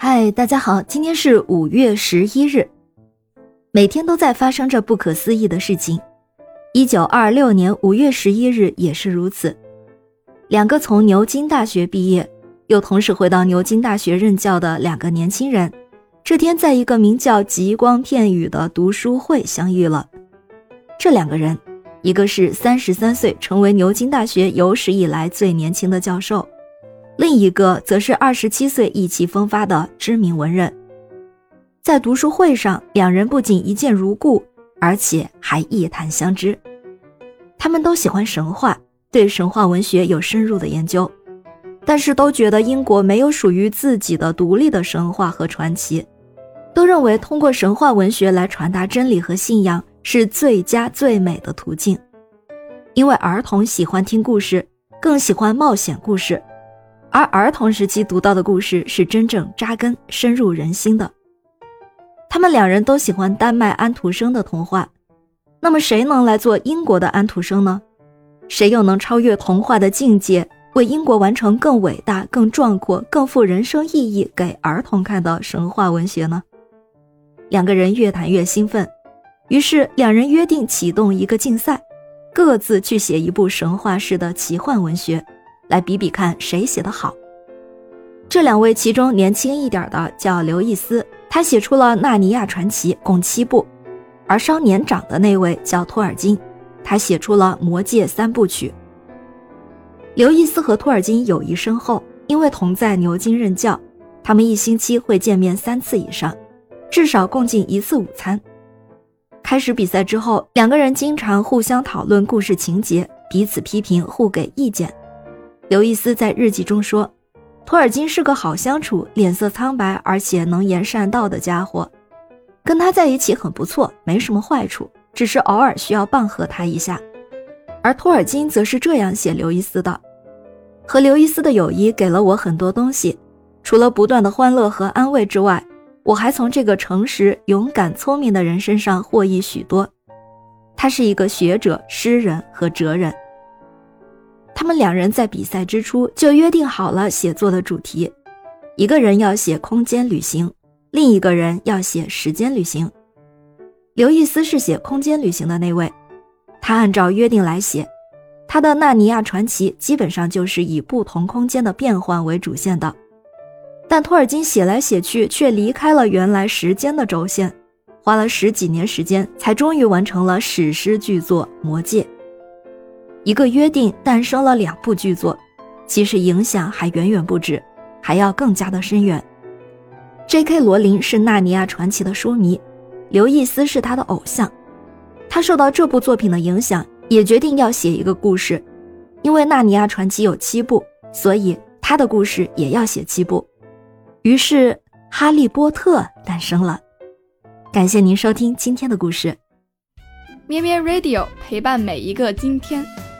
嗨，大家好，今天是5月11日。每天都在发生着不可思议的事情。1926年5月11日也是如此。两个从牛津大学毕业，又同时回到牛津大学任教的两个年轻人，这天在一个名叫极光片语的读书会相遇了。这两个人，一个是33岁成为牛津大学有史以来最年轻的教授，另一个则是27岁意气风发的知名文人。在读书会上，两人不仅一见如故，而且还一谈相知。他们都喜欢神话，对神话文学有深入的研究，但是都觉得英国没有属于自己的独立的神话和传奇，都认为通过神话文学来传达真理和信仰是最佳最美的途径。因为儿童喜欢听故事，更喜欢冒险故事，而儿童时期读到的故事是真正扎根深入人心的。他们两人都喜欢丹麦安徒生的童话，那么谁能来做英国的安徒生呢？谁又能超越童话的境界，为英国完成更伟大、更壮阔、更富人生意义给儿童看的神话文学呢？两个人越谈越兴奋，于是两人约定启动一个竞赛，各自去写一部神话式的奇幻文学，来比比看谁写得好。这两位其中年轻一点的叫刘易斯，他写出了《纳尼亚传奇》共7部，而稍年长的那位叫托尔金，他写出了《魔戒3部曲》。刘易斯和托尔金友谊深厚，因为同在牛津任教，他们一星期会见面3次以上，至少共进1次午餐。开始比赛之后，两个人经常互相讨论故事情节，彼此批评，互给意见。刘易斯在日记中说，托尔金是个好相处、脸色苍白而且能言善道的家伙，跟他在一起很不错，没什么坏处，只是偶尔需要棒喝他一下。而托尔金则是这样写刘易斯的：和刘易斯的友谊给了我很多东西，除了不断的欢乐和安慰之外，我还从这个诚实、勇敢、聪明的人身上获益许多。他是一个学者、诗人和哲人。他们两人在比赛之初就约定好了写作的主题，一个人要写空间旅行，另一个人要写时间旅行。刘易斯是写空间旅行的那位，他按照约定来写，他的《纳尼亚传奇》基本上就是以不同空间的变换为主线的。但托尔金写来写去却离开了原来时间的轴线，花了10几年时间才终于完成了史诗巨作《魔戒》。一个约定诞生了2部巨作，其实影响还远远不止，还要更加的深远。 J.K. 罗琳是《纳尼亚传奇》的书迷，刘易斯是他的偶像，他受到这部作品的影响，也决定要写一个故事。因为《纳尼亚传奇》有7部，所以他的故事也要写7部。于是哈利波特诞生了。感谢您收听今天的故事。 咩咩 Radio 陪伴每一个今天。